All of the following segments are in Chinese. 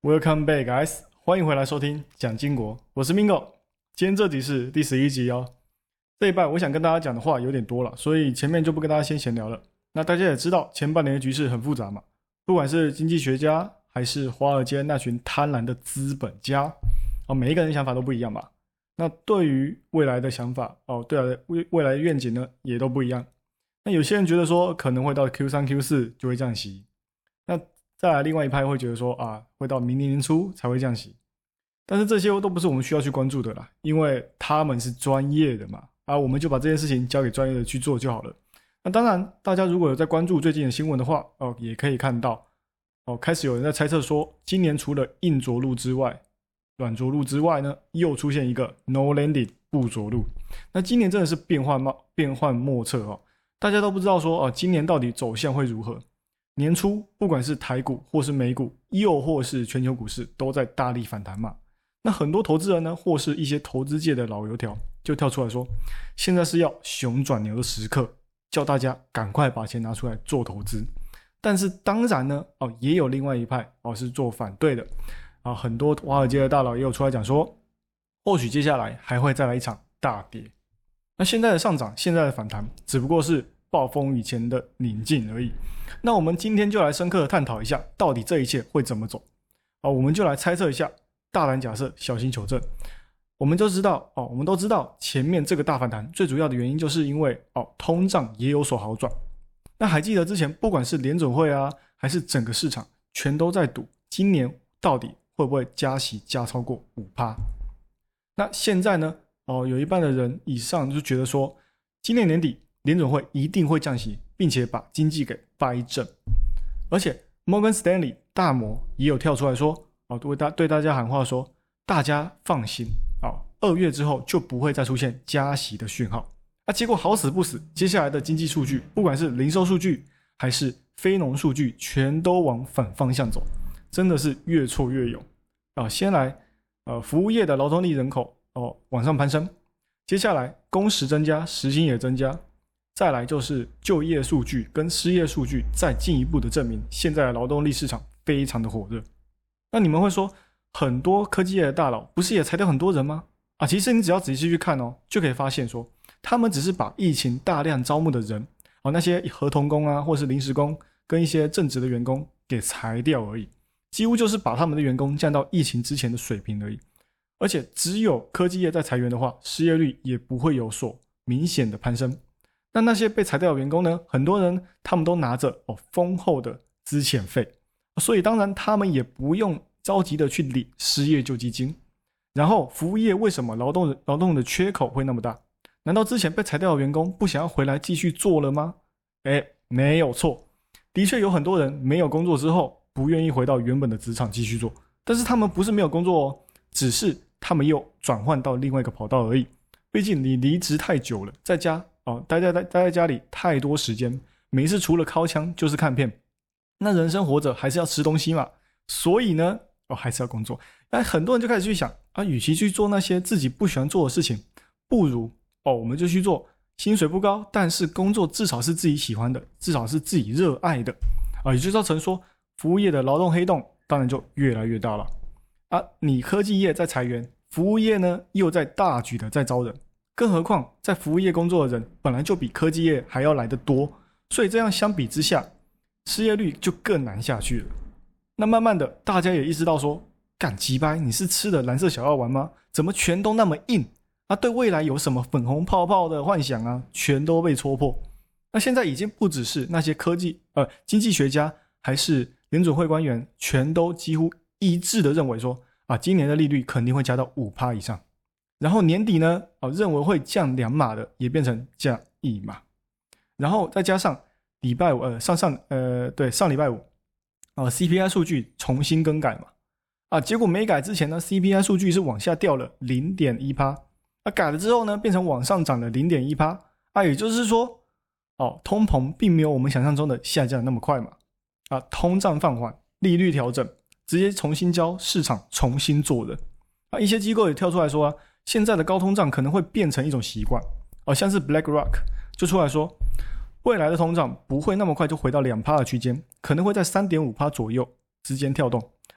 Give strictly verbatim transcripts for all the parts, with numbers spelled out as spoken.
Welcome back, guys！ 欢迎回来收听讲经国，我是 Mingo。今天这集是第十一集哦。这一半我想跟大家讲的话有点多了，所以前面就不跟大家先闲聊了。那大家也知道，前半年的局势很复杂嘛，不管是经济学家还是华尔街那群贪婪的资本家，哦，每一个人想法都不一样嘛。那对于未来的想法，哦，对啊，未来的愿景呢，也都不一样。那有些人觉得说，可能会到 Q 三 Q 四就会降息。那再来另外一派会觉得说，啊，会到明年年初才会降息。但是这些都不是我们需要去关注的啦，因为他们是专业的嘛，啊，我们就把这件事情交给专业的去做就好了。那当然，大家如果有在关注最近的新闻的话，哦，也可以看到，哦，开始有人在猜测说，今年除了硬着陆之外，软着陆之外呢，又出现一个 no landing 不着陆。那今年真的是变幻变幻莫测哦，大家都不知道说，哦，今年到底走向会如何。年初不管是台股或是美股，又或是全球股市，都在大力反弹嘛。那很多投资人呢，或是一些投资界的老油条，就跳出来说，现在是要熊转牛的时刻，叫大家赶快把钱拿出来做投资。但是当然呢，哦，也有另外一派，哦，是做反对的。啊，很多华尔街的大佬也有出来讲说，或许接下来还会再来一场大跌。那现在的上涨，现在的反弹，只不过是暴风雨前的宁静而已。那我们今天就来深刻的探讨一下，到底这一切会怎么走。啊，我们就来猜测一下，大胆假设，小心求证。我们就知道，哦，我们都知道前面这个大反弹最主要的原因就是因为，哦，通胀也有所好转。那还记得之前不管是联准会啊，还是整个市场，全都在赌今年到底会不会加息加超过 百分之五？ 那现在呢，哦，有一半的人以上就觉得说，今年年底联准会一定会降息，并且把经济给掰正。而且 Morgan Stanley 大摩也有跳出来说，哦，对大对大家喊话说，大家放心，哦，二月之后就不会再出现加息的讯号。啊，结果好死不死，接下来的经济数据，不管是零售数据还是非农数据，全都往反方向走。真的是越挫越勇啊！先来，呃，服务业的劳动力人口哦往上攀升，接下来工时增加，时薪也增加，再来就是就业数据跟失业数据，再进一步的证明现在的劳动力市场非常的火热。那你们会说，很多科技业的大佬不是也裁掉很多人吗？啊，其实你只要仔细去看哦，就可以发现说，他们只是把疫情大量招募的人，哦，那些合同工啊，或是临时工，跟一些正职的员工给裁掉而已。几乎就是把他们的员工降到疫情之前的水平而已，而且只有科技业在裁员的话，失业率也不会有所明显的攀升。那那些被裁掉的员工呢，很多人他们都拿着哦丰厚的资遣费，所以当然他们也不用着急的去领失业救济金。然后服务业为什么劳动劳动的缺口会那么大？难道之前被裁掉的员工不想要回来继续做了吗？诶，没有错，的确有很多人没有工作之后不愿意回到原本的职场继续做，但是他们不是没有工作哦，只是他们又转换到另外一个跑道而已。毕竟你离职太久了，在家哦，待在待在家里太多时间，每一次除了靠枪就是看片，那人生活着还是要吃东西嘛，所以呢，哦还是要工作。但很多人就开始去想啊，与其去做那些自己不喜欢做的事情，不如哦我们就去做薪水不高，但是工作至少是自己喜欢的，至少是自己热爱的啊，也就造成说，服务业的劳动黑洞当然就越来越大了啊！你科技业在裁员，服务业呢又在大举的在招人，更何况在服务业工作的人本来就比科技业还要来得多，所以这样相比之下，失业率就更难下去了。那慢慢的，大家也意识到说，干鸡掰，你是吃的蓝色小药丸吗？怎么全都那么硬啊？对未来有什么粉红泡泡的幻想啊，全都被戳破。那现在已经不只是那些科技呃经济学家，还是联准会官员全都几乎一致的认为说，啊，今年的利率肯定会加到 百分之五 以上，然后年底呢，啊，认为会降两码的也变成降一码，然后再加上礼拜五呃上上呃对上礼拜五啊 C P I 数据重新更改嘛，啊，结果没改之前呢 C P I 数据是往下掉了 零点一 啊，改了之后呢变成往上涨了 零点一 啊，也就是说哦通膨并没有我们想象中的下降那么快嘛。啊，通胀放缓，利率调整，直接重新教市场重新做人啊！一些机构也跳出来说啊，现在的高通胀可能会变成一种习惯，哦，像是 BlackRock 就出来说，未来的通胀不会那么快就回到 百分之二 的区间，可能会在 三点五 左右之间跳动，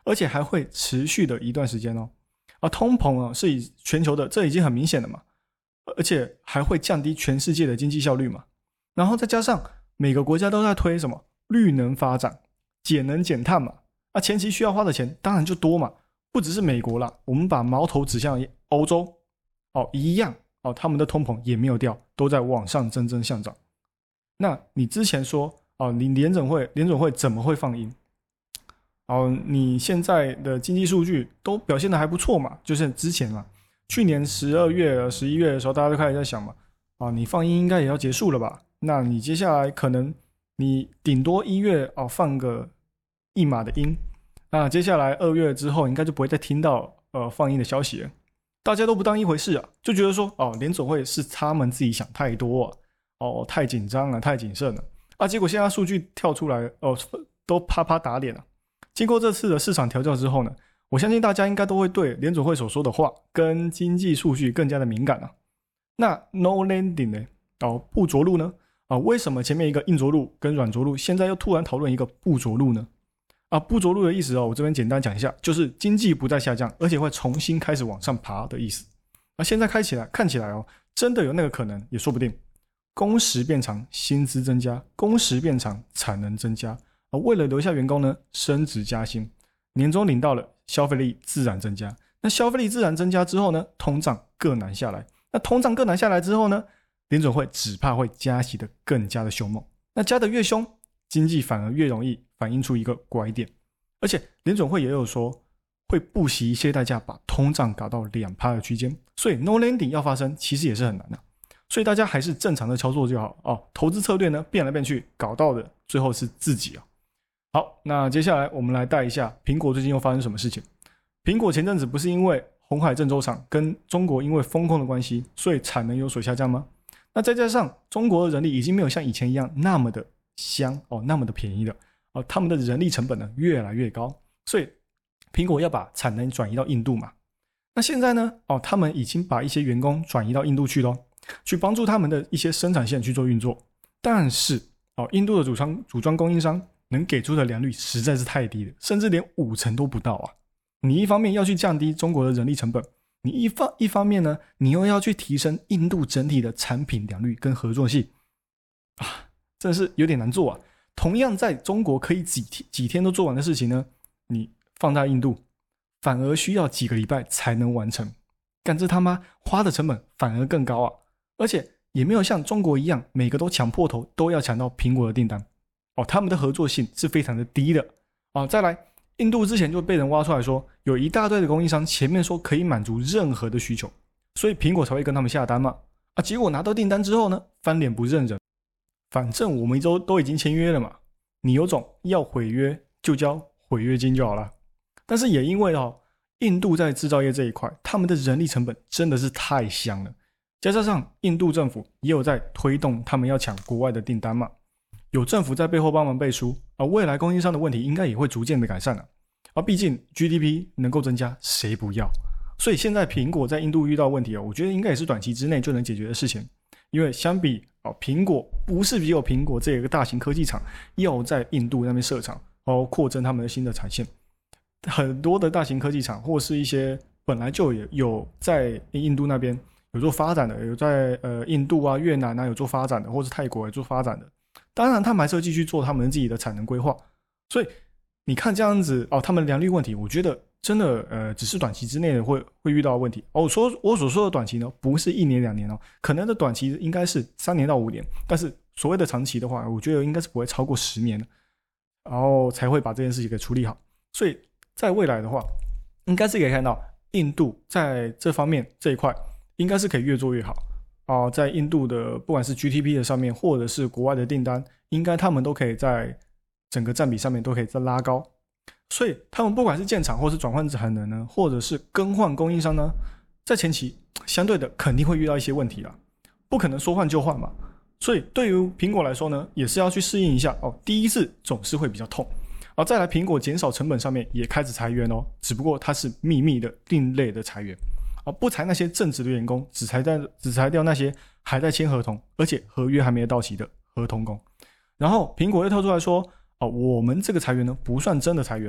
而且还会持续的一段时间哦。而通膨啊是以全球的，这已经很明显了嘛，而且还会降低全世界的经济效率嘛。然后再加上每个国家都在推什么绿能发展、节能减碳嘛，啊，前期需要花的钱当然就多嘛。不只是美国啦，我们把矛头指向欧洲，哦，一样哦，他们的通膨也没有掉，都在往上蒸蒸向涨。那你之前说哦，你联准会联准会怎么会放鹰？哦，你现在的经济数据都表现得还不错嘛，就是之前嘛，去年十二月、十一月的时候，大家都开始在想嘛，啊，你放鹰应该也要结束了吧？那你接下来可能你顶多一月哦放个一码的鹰。那接下来二月之后应该就不会再听到呃放鹰的消息了，大家都不当一回事啊，就觉得说哦联总会是他们自己想太多啊，哦太紧张了，太谨慎了啊，结果现在数据跳出来哦都啪啪打脸了。经过这次的市场调教之后呢，我相信大家应该都会对联总会所说的话跟经济数据更加的敏感啊。那 no landing 呢？哦不着陆呢？啊为什么前面一个硬着陆跟软着陆，现在又突然讨论一个不着陆呢？啊，不着陆的意思哦，我这边简单讲一下，就是经济不再下降，而且会重新开始往上爬的意思。那现在开起来看起来哦，真的有那个可能，也说不定。工时变长，薪资增加；工时变长，产能增加。啊，为了留下员工呢，升职加薪，年终领到了，消费力自然增加。那消费力自然增加之后呢，通胀更难下来。那通胀更难下来之后呢，联准会只怕会加息的更加的凶猛。那加的越凶，经济反而越容易反映出一个拐点，而且联准会也有说会不惜一切代价把通胀搞到 百分之二 的区间，所以 no landing 要发生其实也是很难的，所以大家还是正常的操作就好哦。投资策略呢变来变去，搞到的最后是自己啊。好，那接下来我们来带一下苹果最近又发生什么事情。苹果前阵子不是因为鸿海郑州厂跟中国因为风控的关系，所以产能有所下降吗？那再加上中国的人力已经没有像以前一样那么的香哦，那么的便宜了哦，他们的人力成本呢越来越高，所以苹果要把产能转移到印度嘛。那现在呢哦，他们已经把一些员工转移到印度去咯，去帮助他们的一些生产线去做运作。但是哦，印度的组装组装供应商能给出的良率实在是太低了，甚至连五成都不到啊。你一方面要去降低中国的人力成本，你一方一方面呢，你又要去提升印度整体的产品良率跟合作性啊，真的是有点难做啊。同样在中国可以几天几天都做完的事情呢，你放在印度反而需要几个礼拜才能完成，干这他妈花的成本反而更高啊！而且也没有像中国一样每个都抢破头都要抢到苹果的订单哦，他们的合作性是非常的低的啊。再来，印度之前就被人挖出来说有一大堆的供应商前面说可以满足任何的需求，所以苹果才会跟他们下单嘛啊，结果拿到订单之后呢，翻脸不认人。反正我们都都已经签约了嘛，你有种要毁约就交毁约金就好了。但是也因为哦，印度在制造业这一块，他们的人力成本真的是太香了，加上印度政府也有在推动他们要抢国外的订单嘛，有政府在背后帮忙背书啊，未来供应商的问题应该也会逐渐的改善了啊，毕竟 G D P 能够增加，谁不要？所以现在苹果在印度遇到问题哦，我觉得应该也是短期之内就能解决的事情。因为相比哦，苹果不是只有苹果这个大型科技厂要在印度那边设厂哦，扩增他们的新的产线，很多的大型科技厂或是一些本来就有有在印度那边有做发展的，有在呃印度啊、越南啊有做发展的，或是泰国有做发展的，当然他们还是会继续做他们自己的产能规划。所以你看这样子哦，他们良率问题，我觉得真的呃，只是短期之内的会会遇到的问题哦。我说我所说的短期呢，不是一年两年哦，可能的短期应该是三年到五年，但是所谓的长期的话，我觉得应该是不会超过十年的，然后才会把这件事情给处理好。所以在未来的话，应该是可以看到印度在这方面这一块，应该是可以越做越好啊、呃。在印度的不管是 G D P 的上面，或者是国外的订单，应该他们都可以在整个占比上面都可以再拉高。所以他们不管是建厂或是转换产能呢，或者是更换供应商呢，在前期相对的肯定会遇到一些问题啦，不可能说换就换嘛。所以对于苹果来说呢，也是要去适应一下哦。第一次总是会比较痛，然后再来苹果减少成本上面也开始裁员哦，只不过它是秘密的另类的裁员啊，不裁那些正职的员工，只裁掉只裁掉那些还在签合同，而且合约还没有到期的合同工。然后苹果又跳出来说哦，我们这个裁员呢不算真的裁员哦，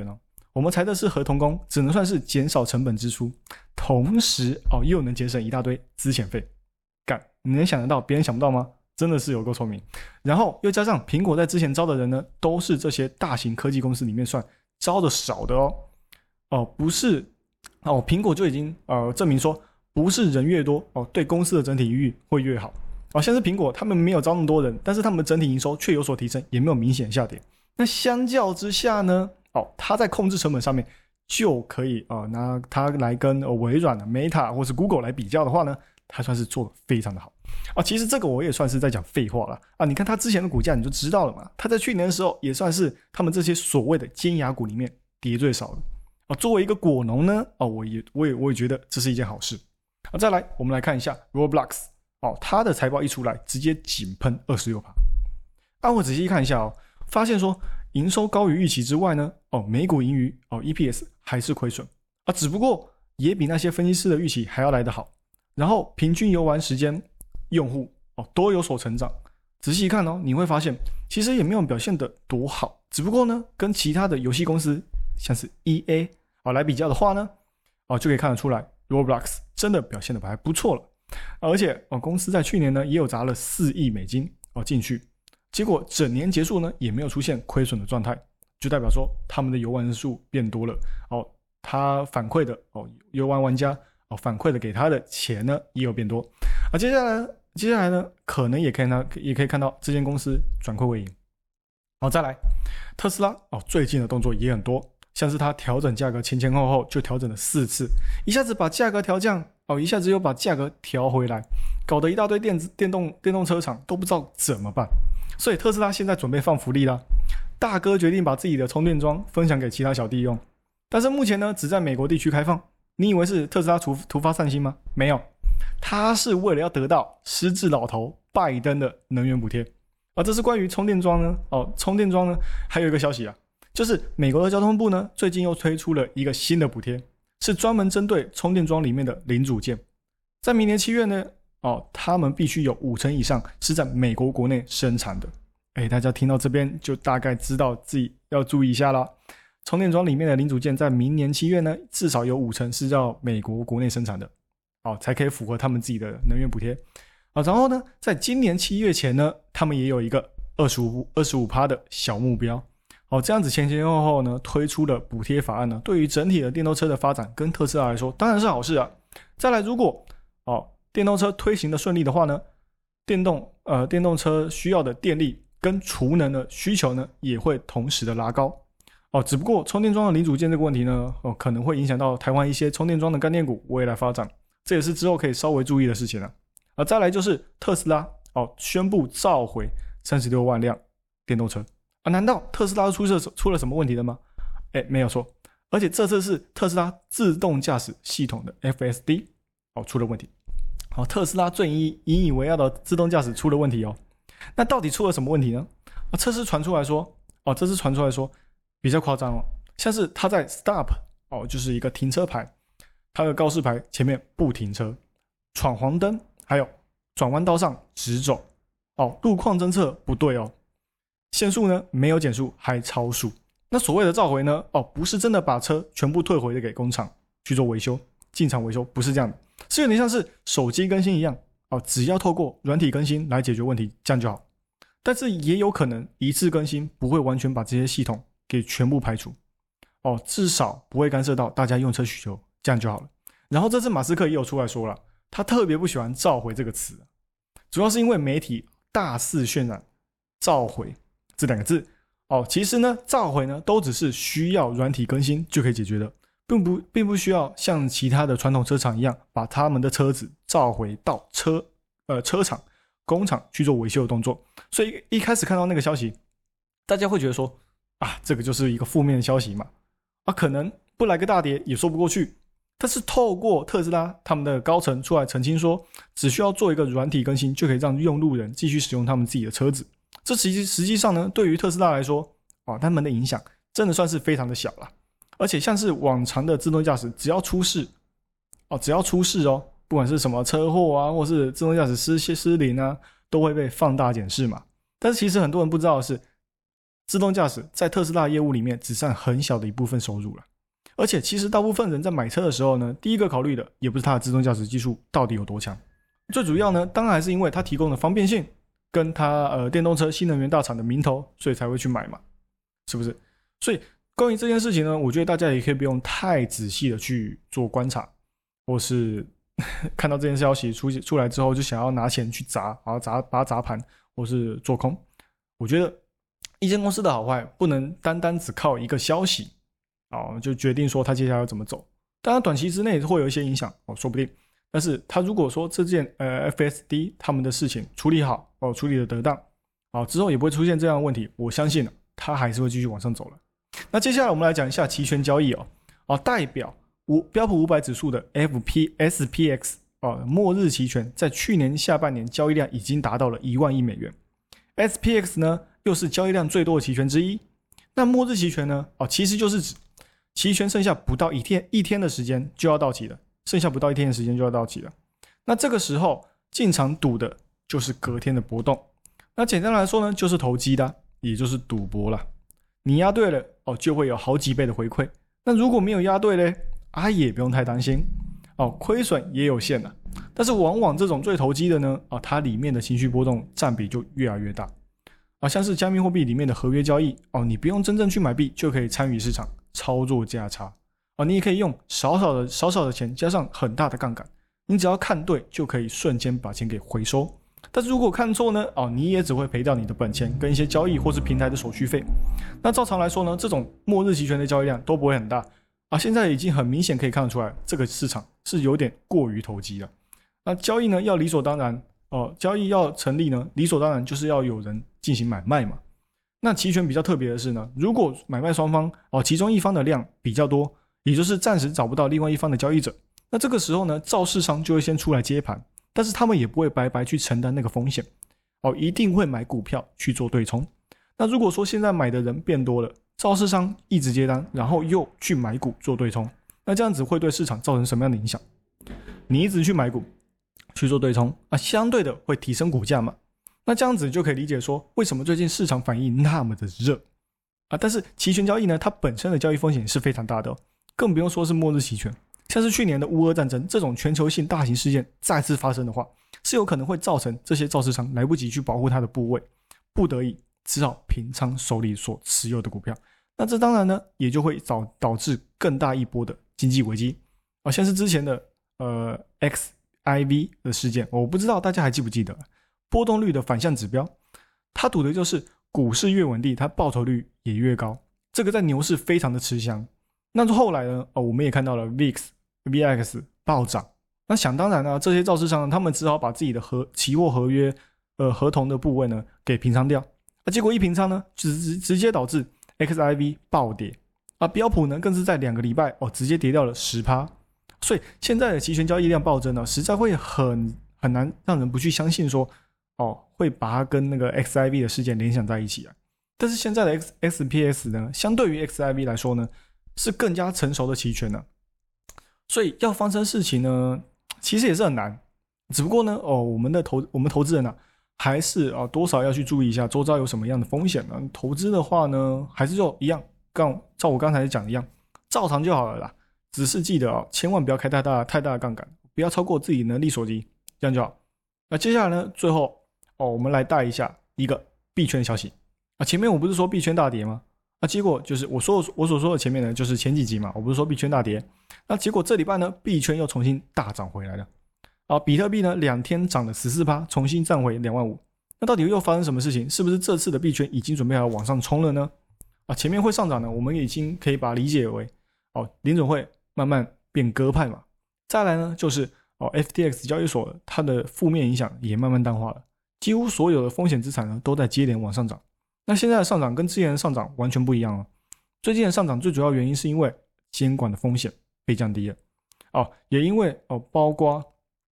我们裁的是合同工，只能算是减少成本支出，同时哦又能节省一大堆资遣费。干，你能想得到，别人想不到吗？真的是有够聪明。然后又加上苹果在之前招的人呢，都是这些大型科技公司里面算招的少的哦。哦，不是哦，苹果就已经呃证明说，不是人越多哦，对公司的整体盈利会越好。哦，像是苹果他们没有招那么多人，但是他们的整体营收却有所提升，也没有明显下跌。那相较之下呢？哦，它在控制成本上面就可以呃拿它来跟、呃、微软的 Meta 或是 Google 来比较的话呢，它算是做得非常的好啊。其实这个我也算是在讲废话了啊。你看它之前的股价你就知道了嘛，它在去年的时候也算是他们这些所谓的尖牙股里面跌最少的啊。作为一个果农呢，哦，我也我也我也觉得这是一件好事啊。再来，我们来看一下 Roblox 哦，它的财报一出来，直接井喷 百分之二十六。啊，我仔细看一下哦，发现说。营收高于预期之外呢，哦，每股盈余哦 E P S 还是亏损啊，只不过也比那些分析师的预期还要来得好。然后平均游玩时间、用户哦都有所成长。仔细一看哦，你会发现其实也没有表现得多好，只不过呢，跟其他的游戏公司像是 E A 哦来比较的话呢，哦就可以看得出来 Roblox 真的表现得还不错了。而且哦，公司在去年呢也有砸了四亿美金哦进去。结果整年结束呢，也没有出现亏损的状态，就代表说他们的游玩人数变多了哦，他反馈的哦游玩玩家哦反馈的给他的钱呢也有变多啊。接下来接下来呢，可能也可以呢也可以看到这间公司转亏为盈。好，再来特斯拉哦，最近的动作也很多，像是它调整价格前前后后就调整了四次，一下子把价格调降哦，一下子又把价格调回来，搞得一大堆电子电动电动车厂都不知道怎么办。所以特斯拉现在准备放福利啦，大哥决定把自己的充电桩分享给其他小弟用，但是目前呢只在美国地区开放。你以为是特斯拉突突发善心吗？没有，他是为了要得到失智老头拜登的能源补贴啊。这是关于充电桩呢哦，充电桩呢还有一个消息啊，就是美国的交通部呢最近又推出了一个新的补贴，是专门针对充电桩里面的零组件，在明年七月呢。哦，他们必须有五成以上是在美国国内生产的。哎，大家听到这边就大概知道自己要注意一下啦。充电桩里面的零组件在明年七月呢，至少有五成是在美国国内生产的，哦，才可以符合他们自己的能源补贴。啊，然后呢，在今年七月前呢，他们也有一个 百分之二十五 的小目标。哦，这样子前前后后呢推出了补贴法案呢，对于整体的电动车的发展跟特斯拉来说，当然是好事啊。再来，如果哦。电动车推行的顺利的话呢，电动呃电动车需要的电力跟储能的需求呢也会同时的拉高哦。只不过充电桩的零组件这个问题呢，哦可能会影响到台湾一些充电桩的概念股未来发展，这也是之后可以稍微注意的事情了。啊，再来就是特斯拉哦宣布召回三十六万辆电动车啊，难道特斯拉出了出了什么问题了吗？哎，没有错，而且这次是特斯拉自动驾驶系统的 F S D 哦出了问题。好，特斯拉最引以为傲的自动驾驶出了问题哦。那到底出了什么问题呢？啊，测试传出来说，哦，这次传出来说比较夸张哦，像是它在 stop 哦，就是一个停车牌，它的告示牌前面不停车，闯黄灯，还有转弯道上直走，哦，路况侦测不对哦，限速呢没有减速还超速。那所谓的召回呢，哦，不是真的把车全部退回给工厂去做维修，进厂维修，不是这样的。是有点像是手机更新一样哦，只要透过软体更新来解决问题，这样就好。但是也有可能一次更新不会完全把这些系统给全部排除哦，至少不会干涉到大家用车需求，这样就好了。然后这次马斯克也有出来说了，他特别不喜欢召回这个词，主要是因为媒体大肆渲染召回这两个字哦，其实呢召回呢都只是需要软体更新就可以解决的，并不并不需要像其他的传统车厂一样把他们的车子召回到车呃车厂工厂去做维修的动作。所以一开始看到那个消息，大家会觉得说啊，这个就是一个负面的消息嘛，啊，可能不来个大跌也说不过去。但是透过特斯拉他们的高层出来澄清说，只需要做一个软体更新就可以让用路人继续使用他们自己的车子。这实际实际上呢，对于特斯拉来说，哦，他们的影响真的算是非常的小了。而且像是往常的自动驾驶，只要出事哦，只要出事哦，不管是什么车祸啊，或是自动驾驶失失灵啊，都会被放大检视嘛。但是其实很多人不知道的是， 自动驾驶在特斯拉业务里面只占很小的一部分收入了。而且其实大部分人在买车的时候呢，第一个考虑的也不是它的自动驾驶技术到底有多强，最主要呢当然还是因为它提供的方便性跟它呃电动车新能源大厂的名头，所以才会去买嘛，是不是？所以关于这件事情呢，我觉得大家也可以不用太仔细的去做观察，或是看到这件消息 出, 出来之后就想要拿钱去砸，然后砸把它砸盘，或是做空。我觉得一间公司的好坏不能单单只靠一个消息哦，就决定说它接下来要怎么走。当然短期之内会有一些影响哦，说不定。但是他如果说这件呃 F S D 他们的事情处理好哦，处理的得当，好之后也不会出现这样的问题，我相信它还是会继续往上走了。那接下来我们来讲一下期权交易哦，哦代表标普五百指数的 F P S P X 哦，末日期权在去年下半年交易量已经达到了一万亿美元。S P X 呢又是交易量最多的期权之一。那末日期权呢哦，其实就是指期权剩下不到一天一天的时间就要到期了，剩下不到一天的时间就要到期了。那这个时候进场赌的就是隔天的波动。那简单来说呢，就是投机的，也就是赌博了。你押对了哦，就会有好几倍的回馈。那如果没有押对嘞，啊也不用太担心哦，亏损也有限了。但是往往这种最投机的呢，啊它里面的情绪波动占比就越来越大。啊，像是加密货币里面的合约交易哦，你不用真正去买币就可以参与市场操作价差。哦，你也可以用少少的少少的钱加上很大的杠杆，你只要看对就可以瞬间把钱给回收。但是如果看错呢，哦，你也只会赔掉你的本钱跟一些交易或是平台的手续费。那照常来说呢，这种末日期权的交易量都不会很大啊。现在已经很明显可以看得出来，这个市场是有点过于投机了。那交易呢要理所当然哦，交易要成立呢，理所当然就是要有人进行买卖嘛。那期权比较特别的是呢，如果买卖双方哦，其中一方的量比较多，也就是暂时找不到另外一方的交易者，那这个时候呢，造市商就会先出来接盘，但是他们也不会白白去承担那个风险哦，一定会买股票去做对冲。那如果说现在买的人变多了，造市商一直接单，然后又去买股做对冲，那这样子会对市场造成什么样的影响？你一直去买股去做对冲啊，相对的会提升股价嘛。那这样子就可以理解说，为什么最近市场反应那么的热啊？但是期权交易呢，它本身的交易风险是非常大的哦，更不用说是末日期权。像是去年的乌俄战争这种全球性大型事件再次发生的话，是有可能会造成这些造市商来不及去保护它的部位，不得已只好平仓手里所持有的股票。那这当然呢，也就会导导致更大一波的经济危机啊，像是之前的呃 X I V 的事件，我不知道大家还记不记得波动率的反向指标，它赌的就是股市越稳定，它报酬率也越高，这个在牛市非常的吃香。那后来呢、哦、我们也看到了 V I X、V X 暴涨，那想当然啊，这些造市商他们只好把自己的合期货合约呃合同的部位呢给平仓掉，那结果一平仓呢，直直接导致 X I V 暴跌啊，标普呢更是在两个礼拜哦直接跌掉了 百分之十， 所以现在的期权交易量暴增呢，实在会很很难让人不去相信说哦会把它跟那个 X I V 的事件联想在一起啊。但是现在的 X S P S 呢，相对于 X I V 来说呢，是更加成熟的期权呢，所以要发生事情呢，其实也是很难。只不过呢，哦，我们的投我们投资人啊，还是啊多少要去注意一下周遭有什么样的风险呢？投资的话呢，还是就一样，刚照我刚才讲的一样，照常就好了啦。只是记得哦，千万不要开太大太大的杠杆，不要超过自己能力所及，这样就好。那接下来呢，最后哦，我们来带一下一个币圈的消息啊。前面我不是说币圈大跌吗？那结果就是我说我所说的前面呢，就是前几集嘛，我不是说币圈大跌，那结果这礼拜呢，币圈又重新大涨回来了啊！比特币呢两天涨了 百分之十四， 重新站回两万五。那到底又发生什么事情？是不是这次的币圈已经准备好往上冲了呢？啊，前面会上涨呢，我们已经可以把它理解为哦，联准会慢慢变鸽派嘛。再来呢，就是哦 F T X 交易所它的负面影响也慢慢淡化了，几乎所有的风险资产呢都在接连往上涨。那现在的上涨跟之前的上涨完全不一样了。最近的上涨最主要原因是因为监管的风险被降低了，哦，也因为哦，包括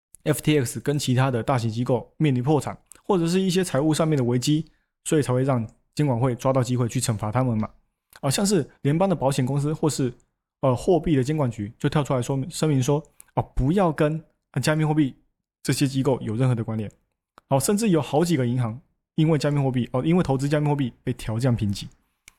F T X 跟其他的大型机构面临破产，或者是一些财务上面的危机，所以才会让监管会抓到机会去惩罚他们嘛。哦，像是联邦的保险公司或是呃货币的监管局就跳出来说明声明说，哦，不要跟加密货币这些机构有任何的关联。哦，甚至有好几个银行因为加密货币哦，因为投资加密货币被调降评级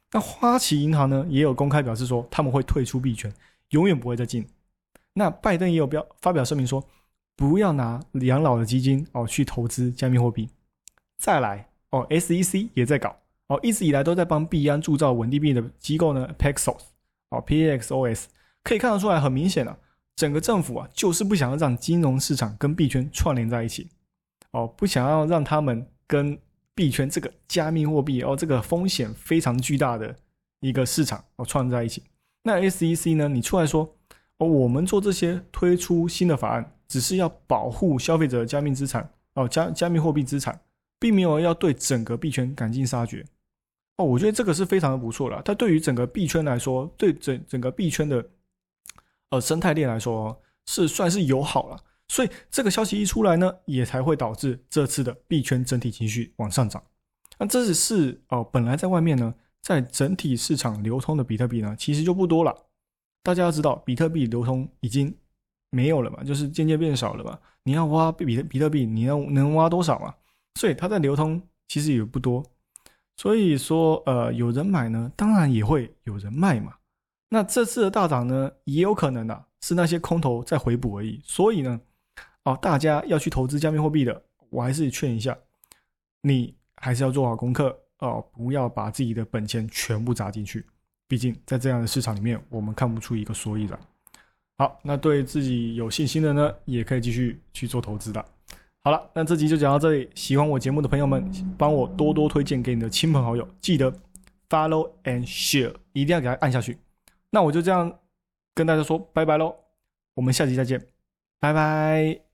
那花旗银行呢也有公开表示说他们会退出币圈，永远不会再进。那拜登也有表发表声明说，不要拿养老的基金哦去投资加密货币。再来哦 ，S E C 也在搞哦，一直以来都在帮币安铸造稳定币的机构呢 ，Paxos 哦 ，P A X O S 可以看得出来，很明显啊，整个政府啊就是不想要让金融市场跟币圈串联在一起哦，不想要让他们跟币圈这个加密货币哦这个风险非常巨大的一个市场哦串在一起。那 S E C 呢，你出来说哦，我们做这些推出新的法案，只是要保护消费者的加密资产哦加加密货币资产，并没有要对整个币圈赶尽杀绝。哦，我觉得这个是非常的不错啦。它对于整个币圈来说，对整整个币圈的呃生态链来说是算是友好了。所以这个消息一出来呢，也才会导致这次的币圈整体情绪往上涨。那这只是哦、呃，本来在外面呢，在整体市场流通的比特币呢，其实就不多了。大家要知道，比特币流通已经没有了嘛，就是渐渐变少了嘛。你要挖比特比特币，你要能挖多少嘛？所以它在流通其实也不多。所以说，呃，有人买呢，当然也会有人卖嘛。那这次的大涨呢，也有可能啊，是那些空头在回补而已。所以呢，哦，大家要去投资加密货币的，我还是劝一下，你还是要做好功课哦，不要把自己的本钱全部砸进去。毕竟在这样的市场里面，我们看不出一个所以然。好，那对自己有信心的呢，也可以继续去做投资的。好了，那这集就讲到这里。喜欢我节目的朋友们，帮我多多推荐给你的亲朋好友，记得 follow and share， 一定要给他按下去。那我就这样跟大家说拜拜咯，我们下集再见，拜拜。